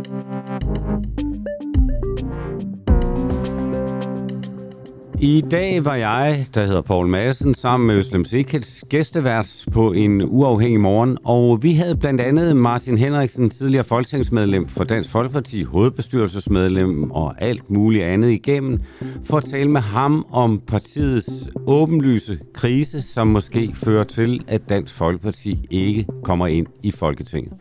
I dag var jeg, der hedder Poul Madsen, sammen med Özlem Cekic, gæstevært på en uafhængig morgen, og vi havde blandt andet Martin Henriksen, tidligere folketingsmedlem for Dansk Folkeparti, hovedbestyrelsesmedlem og alt muligt andet igennem, for at tale med ham om partiets åbenlyse krise, som måske fører til, at Dansk Folkeparti ikke kommer ind i Folketinget.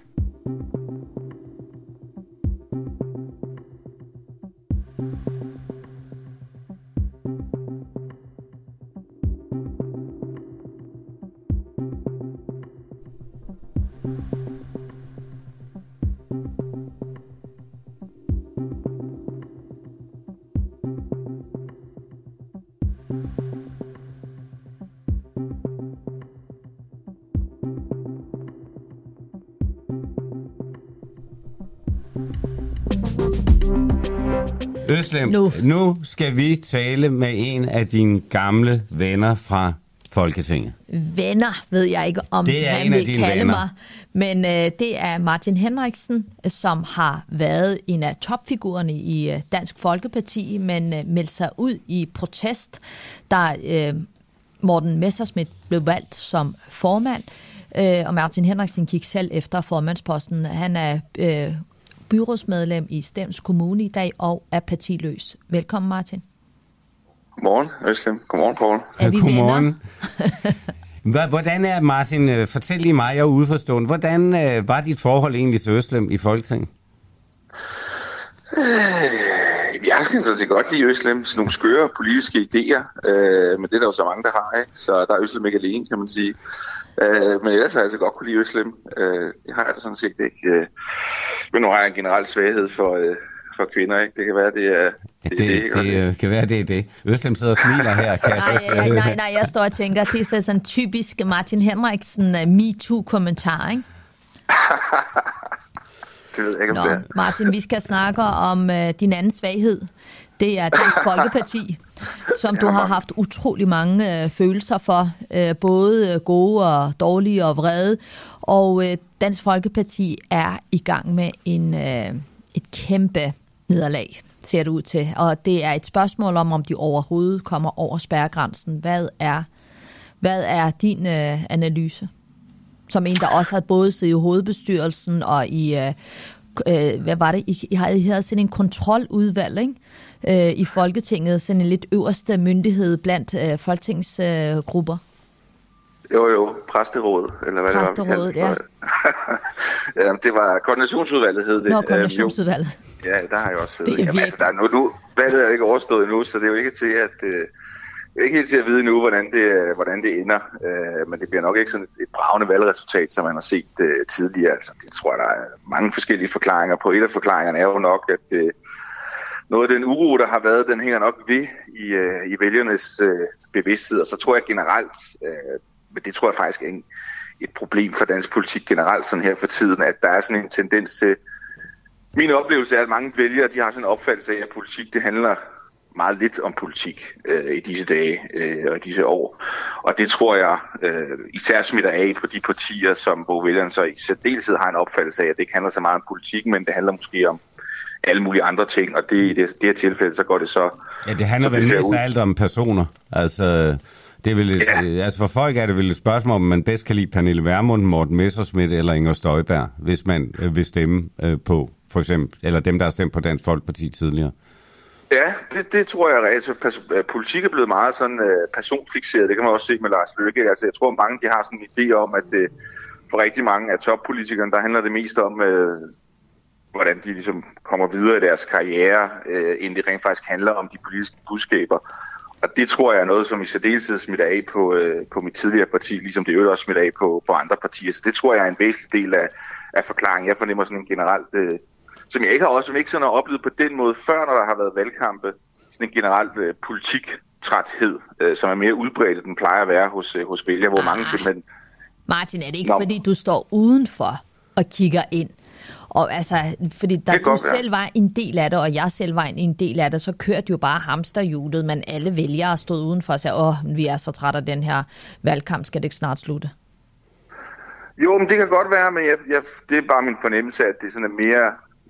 Özlem, nu skal vi tale med en af dine gamle venner fra Folketinget. Venner ved jeg ikke, om han vil kalde mig, men det er Martin Henriksen, som har været en af topfigurerne i Dansk Folkeparti, men meldte sig ud i protest, da Morten Messerschmidt blev valgt som formand, og Martin Henriksen gik selv efter formandsposten. Han er byrådsmedlem i Stevns Kommune i dag og er partiløs. Velkommen, Martin. Godmorgen, Özlem. Godmorgen, Poul. Er vi Godmorgen. Hvordan er, Martin, fortæl lige mig, jeg er udeforstående, hvordan var dit forhold egentlig til Özlem i Folketinget? Jeg kan sådan set godt lide Özlem, sådan nogle skøre politiske idéer, men det er der jo så mange, der har, ikke? Så der er Özlem ikke alene, kan man sige. Men ellers har jeg altså godt kunne lide Özlem. Det har jeg da sådan set ikke. Men nu har jeg en generel svaghed for kvinder, ikke? Det kan være, det er det kan være, det er det. Özlem sidder og smiler her, kan jeg så sige. Nej, jeg står og tænker, det er sådan en typisk Martin Henriksen MeToo-kommentar, ikke? Det ved jeg ikke, om det er. Martin, vi skal snakke om din anden svaghed. Det er Dansk Folkeparti, som du har haft utrolig mange følelser for, både gode og dårlige og vrede. Og Dansk Folkeparti er i gang med et kæmpe nederlag, ser det ud til. Og det er et spørgsmål om de overhovedet kommer over spærregrænsen. Hvad er din analyse? Som en, der også har både siddet i hovedbestyrelsen og i, hvad var det? I havde sådan en kontroludvalg, ikke? I Folketinget, sådan en lidt øverste myndighed blandt folketingsgrupper. Jo, præsterådet, eller hvad præsterådet, det var. Ja. Ja, det var koordinationsudvalget, hed det. Nå, koordinationsudvalget. Ja, der har jeg også siddet. Jamen, altså, der er nu valget er ikke overstået endnu, så det er jo ikke til at... Jeg er ikke helt til at vide nu, hvordan det ender, men det bliver nok ikke sådan et bragende valgresultat, som man har set tidligere. Altså, det tror jeg, der er mange forskellige forklaringer på. Et af forklaringerne er jo nok, at noget af den uro, der har været, den hænger nok ved i vælgernes bevidsthed. Og så tror jeg generelt, men det tror jeg faktisk er et problem for dansk politik generelt sådan her for tiden, at der er sådan en tendens til... Min oplevelse er, at mange vælgere de har sådan en opfattelse af, at politik det handler meget lidt om politik i disse dage og i disse år. Og det tror jeg især smitter af på de partier, hvor vælgerne så i særdeleshed har en opfattelse af, at det ikke handler så meget om politik, men det handler måske om alle mulige andre ting. Og i det her tilfælde, så går det så... Ja, det handler vel mest af alt om personer. Altså, det vil, altså for folk er det vel et spørgsmål, om man bedst kan lide Pernille Vermund, Morten Messerschmidt eller Inger Støjberg, hvis man vil stemme på, for eksempel, eller dem, der har stemt på Dansk Folkeparti tidligere. Ja, det tror jeg reelt. Politik er blevet meget sådan personfikseret. Det kan man også se med Lars Løkke. Altså, jeg tror, mange de har sådan en idé om, at for rigtig mange af toppolitikerne, der handler det mest om, hvordan de ligesom kommer videre i deres karriere, end det rent faktisk handler om de politiske budskaber. Og det tror jeg er noget, som i særdeleshed smitter af på mit tidligere parti, ligesom det også smitter af på andre partier. Så det tror jeg er en væsentlig del af forklaringen. Jeg fornemmer sådan en generelt... som jeg ikke sådan har oplevet på den måde før, når der har været valgkampe, sådan en generelt politiktræthed, som er mere udbredt, end den plejer at være hos vælgere, hvor mange simpelthen... Martin, er det ikke fordi, du står udenfor og kigger ind? Og altså, fordi da du selv var en del af det, og jeg selv var en del af det, så kørte jo bare hamsterhjulet, men alle vælgere stod udenfor og sagde, vi er så trætte af den her valgkamp, skal det ikke snart slutte? Jo, men det kan godt være, men det er bare min fornemmelse, at det sådan er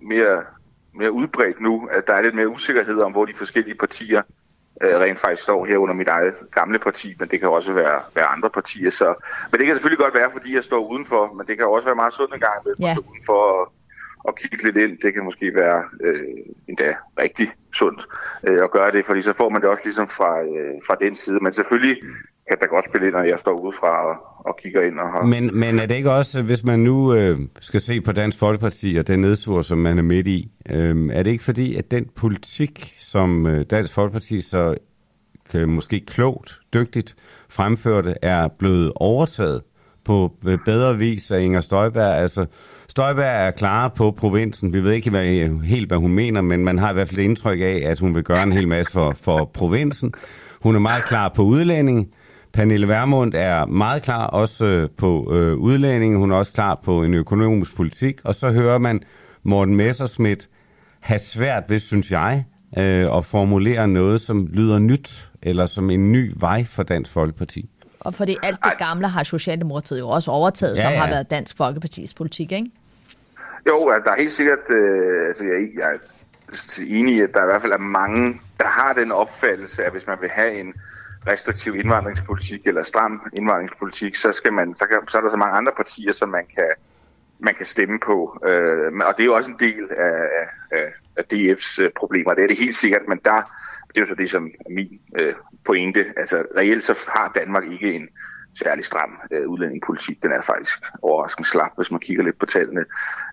mere udbredt nu, at der er lidt mere usikkerhed om, hvor de forskellige partier rent faktisk står her under mit eget gamle parti, men det kan også være andre partier. Men det kan selvfølgelig godt være, fordi jeg står udenfor, men det kan også være meget sundt en gang at stå udenfor og kigge lidt ind. Det kan måske være endda rigtig sundt at gøre det, fordi så får man det også ligesom fra den side. Men selvfølgelig kan der godt spille ind, når jeg står udefra og kigger ind. Men er det ikke også, hvis man nu skal se på Dansk Folkeparti og den nedtur, som man er midt i, er det ikke fordi, at den politik, som Dansk Folkeparti så måske klogt, dygtigt fremførte, er blevet overtaget på bedre vis af Inger Støjberg? Altså, Støjberg er klar på provinsen. Vi ved ikke helt, hvad hun mener, men man har i hvert fald indtryk af, at hun vil gøre en hel masse for provinsen. Hun er meget klar på udlændinge. Pernille Vermund er meget klar også på udlændinge. Hun er også klar på en økonomisk politik. Og så hører man Morten Messerschmidt have svært ved, synes jeg, at formulere noget, som lyder nyt, eller som en ny vej for Dansk Folkeparti. Og fordi alt det gamle har Socialdemokratiet jo også overtaget, som har været Dansk Folkepartis politik, ikke? Jo, der er helt sikkert, jeg er enig i, at der i hvert fald er mange, der har den opfattelse, at hvis man vil have en restriktiv indvandringspolitik eller stram indvandringspolitik, så er der så mange andre partier, som man kan stemme på. Og det er jo også en del af DF's problemer. Det er det helt sikkert, men det er jo så det, som er min pointe. Altså reelt så har Danmark ikke en særlig stram udlændingepolitik. Den er faktisk overraskende slap, hvis man kigger lidt på tallene.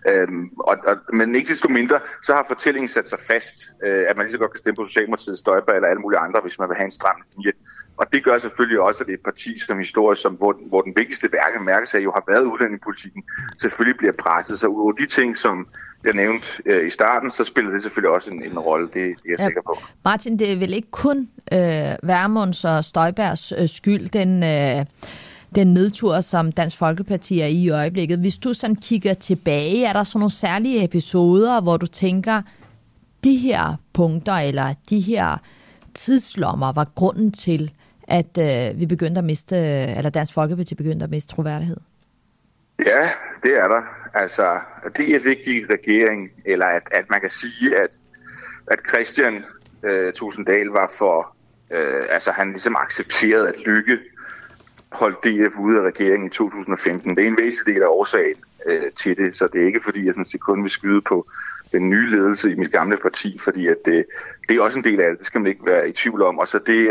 Men ikke desto mindre, så har fortællingen sat sig fast, at man lige så godt kan stemme på Socialdemokratiet, Støjberg eller alle mulige andre, hvis man vil have en stram linje. Og det gør selvfølgelig også, at det er et parti som historisk, hvor den vigtigste mærkesag jo har været udlændingepolitikken, selvfølgelig bliver presset. Så ud de ting, som jeg nævnte i starten, så spiller det selvfølgelig også en rolle, det er jeg sikker på. Martin, det er vel ikke kun Vermunds og Støjbergs skyld, den nedtur, som Dansk Folkeparti er i øjeblikket. Hvis du sådan kigger tilbage, er der sådan nogle særlige episoder, hvor du tænker, de her punkter eller de her tidslommer var grunden til, at vi begyndte at miste, eller Dansk Folkeparti begyndte at miste troværdighed? Ja, det er der. Altså, DF ikke gik i regering, eller at man kan sige, at Christian Thulesen Dahl var for, han ligesom accepterede, at Lykke holdt DF ude af regeringen i 2015. Det er en væsentlig del af årsagen til det, så det er ikke fordi, jeg sådan set kun vil skyde på den nye ledelse i mit gamle parti, fordi at det er også en del af det, det skal man ikke være i tvivl om. Og så det,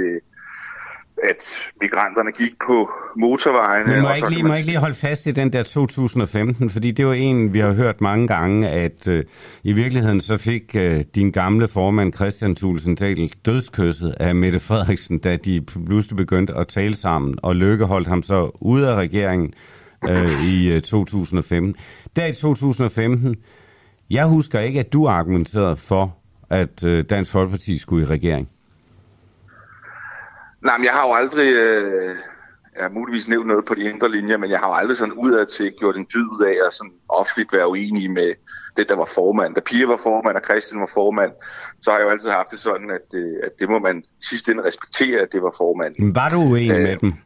at migranterne gik på motorvejene. Men må jeg ikke lige holde fast i den der 2015, fordi det var en, vi har hørt mange gange, at i virkeligheden så fik din gamle formand Christian Thulesen Dahl dødskysset af Mette Frederiksen, da de pludselig begyndte at tale sammen, og Løkke holdt ham så ude af regeringen i 2015. Der i 2015, jeg husker ikke, at du argumenterede for, at Dansk Folkeparti skulle i regering. Nej, men jeg har jo aldrig, jeg har muligvis nævnt noget på de indre linjer, men jeg har jo aldrig sådan udadtil gjort en dyd ud af at sådan offentligt være uenig med det, der var formand. Da Pia var formand og Christian var formand, så har jeg jo altid haft det sådan, at det må man sidst ende respektere, at det var formand. Men var du uenig med dem?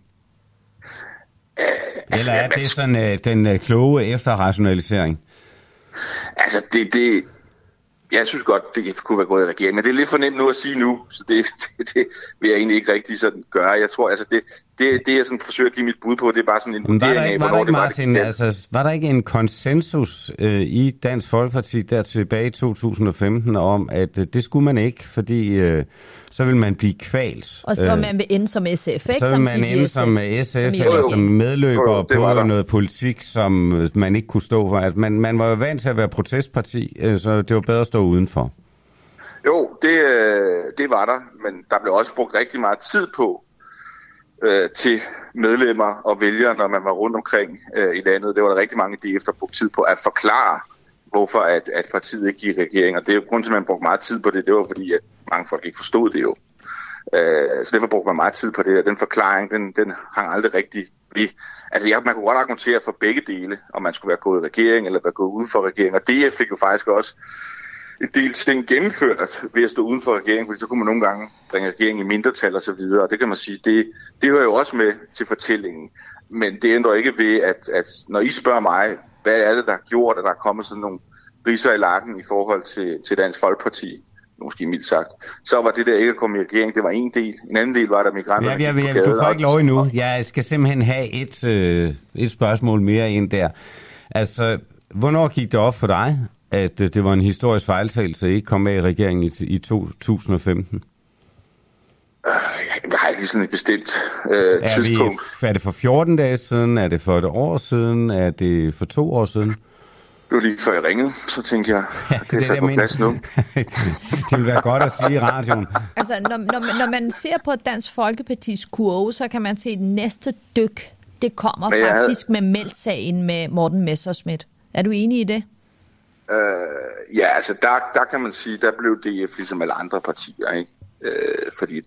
Eller er det sådan den kloge efterrationalisering? Altså, jeg synes godt, det kunne være gået i regeringen, men det er lidt for nemt nu at sige nu, så det vil jeg egentlig ikke rigtig sådan gøre. Jeg tror, altså det jeg sådan forsøger at give mit bud på, det er bare sådan en vurdering af, hvornår det var, Martin, var der ikke en konsensus i Dansk Folkeparti der tilbage i 2015 om, at det skulle man ikke, fordi så vil man blive kvalt. Og så man vil ende som SF, ikke? Så vil man ende som SF eller som medløber på noget politik, som man ikke kunne stå for. Altså, man var jo vant til at være protestparti, så det var bedre at stå udenfor. Jo, det var der, men der blev også brugt rigtig meget tid på til medlemmer og vælgere, når man var rundt omkring i landet. Det var der rigtig mange DF, der brugte tid på at forklare, hvorfor at partiet ikke gik i regering. Og det er jo grunden til, at man brugte meget tid på det. Det var fordi, at mange folk ikke forstod det jo. Så derfor brugte man meget tid på det. Og den forklaring, den hang aldrig rigtig ved. Altså man kunne godt argumentere for begge dele, om man skulle være gået i regering eller være gået uden for regering. Og DF fik jo faktisk også en del ting gennemført ved at stå uden for regeringen, fordi så kunne man nogle gange bringe regeringen i mindretal og så videre, og det kan man sige, det hører jo også med til fortællingen. Men det ændrer ikke ved, at når I spørger mig, hvad er det, der har gjort, at der er kommet sådan nogle ridser i lakken i forhold til Dansk Folkeparti, måske mildt sagt, så var det der ikke at komme i regering, det var en del. En anden del var der migranter. Du får ikke lov endnu. Jeg skal simpelthen have et spørgsmål mere ind der. Altså, hvornår gik det op for dig, at det var en historisk fejltagelse at ikke komme med i regeringen i 2015? Jeg har ikke sådan et bestemt tidspunkt. Er det for 14 dage siden? Er det for et år siden? Er det for 2 år siden? Det var lige før jeg ringede, så tænkte jeg, det er så på plads nu. Det vil være godt at sige i radioen. Altså, når man ser på Dansk Folkepartis kurve, så kan man se, at næste dyk, det kommer faktisk med Meldt-sagen med Morten Messerschmidt. Er du enig i det? Ja, altså der kan man sige, der blev DF ligesom alle andre partier, ikke? Fordi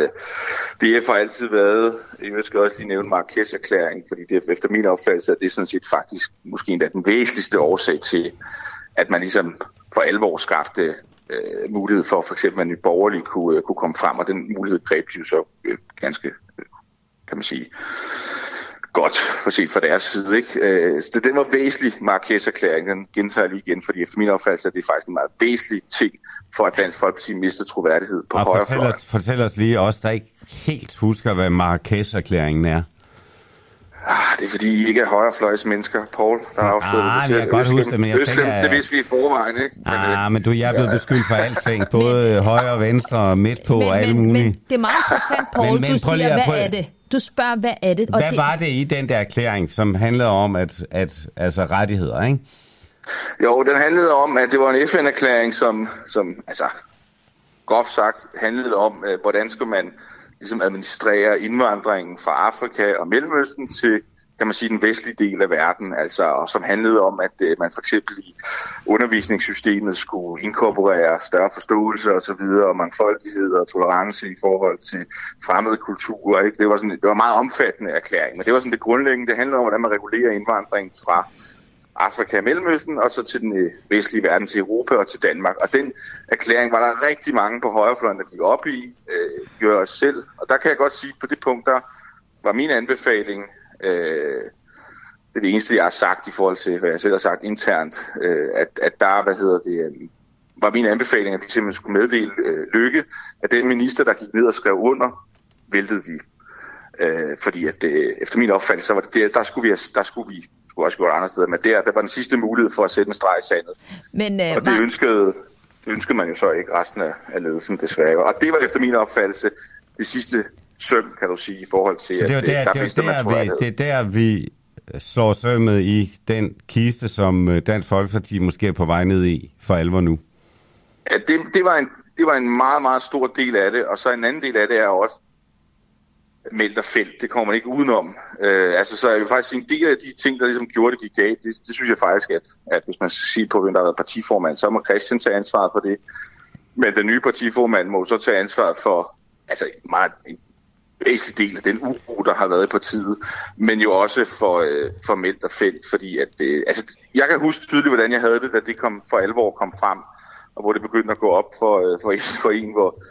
DF har altid været, jeg skal også lige nævne Marrakesh-erklæring, fordi det efter min opfattelse er det sådan set faktisk måske endda den væsentligste årsag til, at man ligesom for alvor skabte mulighed for eksempel, at Nye Borgerlige kunne komme frem, og den mulighed greb jo så ganske, kan man sige, godt for set fra deres side, ikke? Så den var væsentlig, Marrakesh-erklæring, den gentager lige igen, fordi efter min opfattelse er det faktisk en meget væsentlig ting for, at Dansk Folkeparti mister troværdighed på højrefløjen. Fortæl os lige os, der ikke helt husker, hvad Marrakesh-erklæringen er. Det er fordi, I ikke er højrefløjsmennesker, Paul, der har afsløret det. Jeg kan godt huske det, men jeg tænker... Det vidste vi i forvejen, ikke? Men jeg er blevet beskyldt for alting, både højre og venstre og midt på og alle mulige. Men det er meget interessant, Paul, du siger, hvad er det? Du spørger, hvad er det? Hvad var det i den der erklæring, som handlede om altså rettigheder, ikke? Jo, den handlede om, at det var en FN-erklæring, som altså groft sagt handlede om, hvordan skulle man ligesom administrere indvandringen fra Afrika og Mellemøsten til, kan man sige, den vestlige del af verden, altså, og som handlede om, at man for eksempel i undervisningssystemet skulle inkorporere større forståelse og så videre, og mangfoldighed og tolerance i forhold til fremmede kulturer, ikke? Det var en meget omfattende erklæring, men det var sådan det grundlæggende. Det handlede om, hvordan man regulerer indvandringen fra Afrika og Mellemøsten, og så til den vestlige verden, til Europa og til Danmark. Og den erklæring var der rigtig mange på højrefløjen, der gik op i, gør os selv. Og der kan jeg godt sige, at på det punkt, der var min anbefaling, det er det eneste, jeg har sagt i forhold til, hvad jeg selv har sagt internt, at der, var min anbefaling, at vi simpelthen skulle meddele Løkke, at den minister, der gik ned og skrev under, væltede vi. Fordi at efter min opfattelse, så var det der skulle vi også gjort andre steder, men der var den sidste mulighed for at sætte en streg i sandet. Men, og det ønskede man jo så ikke resten af ledelsen, desværre. Og det var efter min opfattelse det sidste søm, kan du sige, i forhold til, at der mister man troværdighed. Det er der, vi slår sømmet i den kiste, som Dansk Folkeparti måske er på vej ned i for alvor nu. Ja, det var en meget, meget stor del af det, og så en anden del af det er også Meldt og Felt. Det kommer man ikke udenom. Så er jo faktisk en del af de ting, der ligesom gjorde det gik galt. Det synes jeg faktisk, at hvis man skal sige på, hvem der har været partiformand, så må Christian tage ansvaret for det. Men den nye partiformand må så tage ansvaret for en væsentlig del af den uro, der har været i partiet, men jo også for Meldt og Felt, fordi at jeg kan huske tydeligt, hvordan jeg havde det, da det for alvor kom frem, og hvor det begyndte at gå op for en,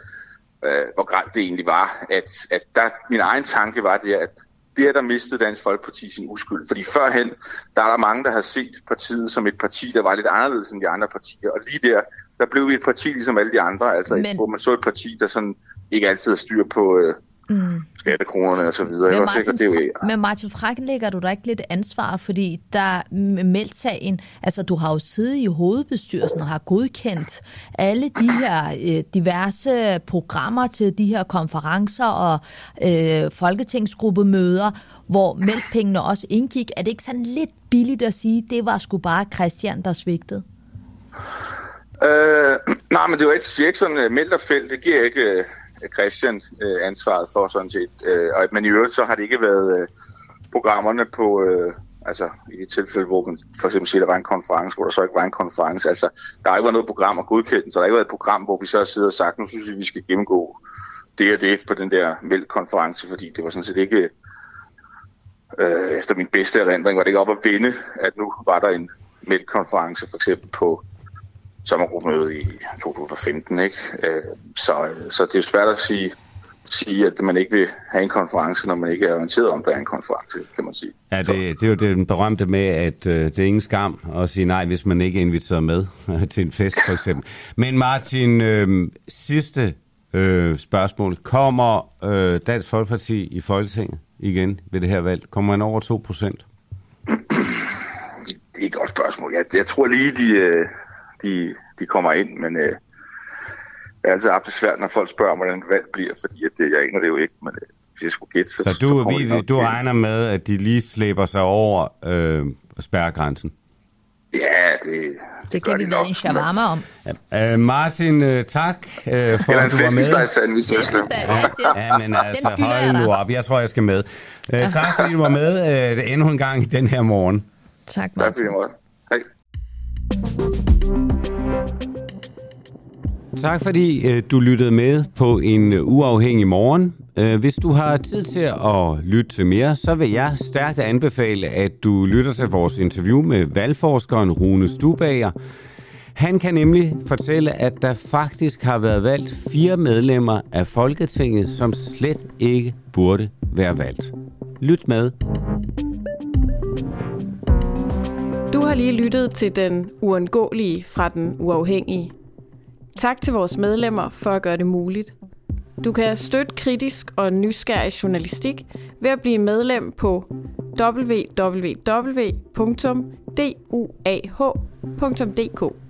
hvor grelt det egentlig var, at der, min egen tanke var det, at der mistede Dansk Folkeparti sin uskyld. Fordi førhen, der er der mange, der havde set partiet som et parti, der var lidt anderledes end de andre partier. Og lige der blev vi et parti ligesom alle de andre. Altså, hvor man så et parti, der sådan ikke altid har styr på skattekronerne og så videre. Men Martin Frakken, lægger du da ikke lidt ansvar, fordi der Meldt-sagen, altså du har jo siddet i hovedbestyrelsen og har godkendt alle de her diverse programmer til de her konferencer og folketingsgruppemøder, hvor Meldt-pengene også indgik. Er det ikke sådan lidt billigt at sige, at det var sgu bare Christian, der svigtede? Nej, men det var ikke sådan, Meldt og Felt, det giver ikke Christian ansvaret for sådan set. Men i øvrigt så har det ikke været programmerne på, i det tilfælde, hvor man for eksempel siger, der var en konference, hvor der så ikke var en konference. Altså, der har ikke været noget program at godkende, så der har ikke været et program, hvor vi så har siddet og sagt, nu synes vi skal gennemgå det og det på den der Meldt-konference, fordi det var sådan set ikke, efter min bedste erindring, var det ikke op at vinde, at nu var der en Meldt-konference for eksempel på sommergruppemødet i 2015, ikke? Så det er jo svært at sige, sige, at man ikke vil have en konference, når man ikke er orienteret om, der er en konference, kan man sige. Ja, det er jo den berømte med, at det er ingen skam at sige nej, hvis man ikke er inviteret med til en fest, for eksempel. Men Martin, sidste spørgsmål. Kommer Dansk Folkeparti i Folketinget igen ved det her valg? Kommer man over 2%? Det er et godt spørgsmål. Jeg tror lige, de kommer ind, men det er altid svært, når folk spørger, hvordan et valg bliver, fordi jeg aner det jo ikke, men hvis jeg skulle gætte, så du regner med, at de lige slæber sig over spærregrænsen? Ja, det kan vi være en shawarma om. Martin, tak for, at du var med. Ja, men altså, hold nu op. Jeg tror, jeg skal med. Tak, fordi du var med endnu en gang i den her morgen. Tak, Martin. Hej. Tak fordi du lyttede med på en uafhængig morgen. Hvis du har tid til at lytte til mere, så vil jeg stærkt anbefale, at du lytter til vores interview med valgforskeren Rune Stubager. Han kan nemlig fortælle, at der faktisk har været valgt 4 medlemmer af Folketinget, som slet ikke burde være valgt. Lyt med. Du har lige lyttet til Den Uundgåelige fra Den Uafhængige. Tak til vores medlemmer for at gøre det muligt. Du kan støtte kritisk og nysgerrig journalistik ved at blive medlem på www.duah.dk.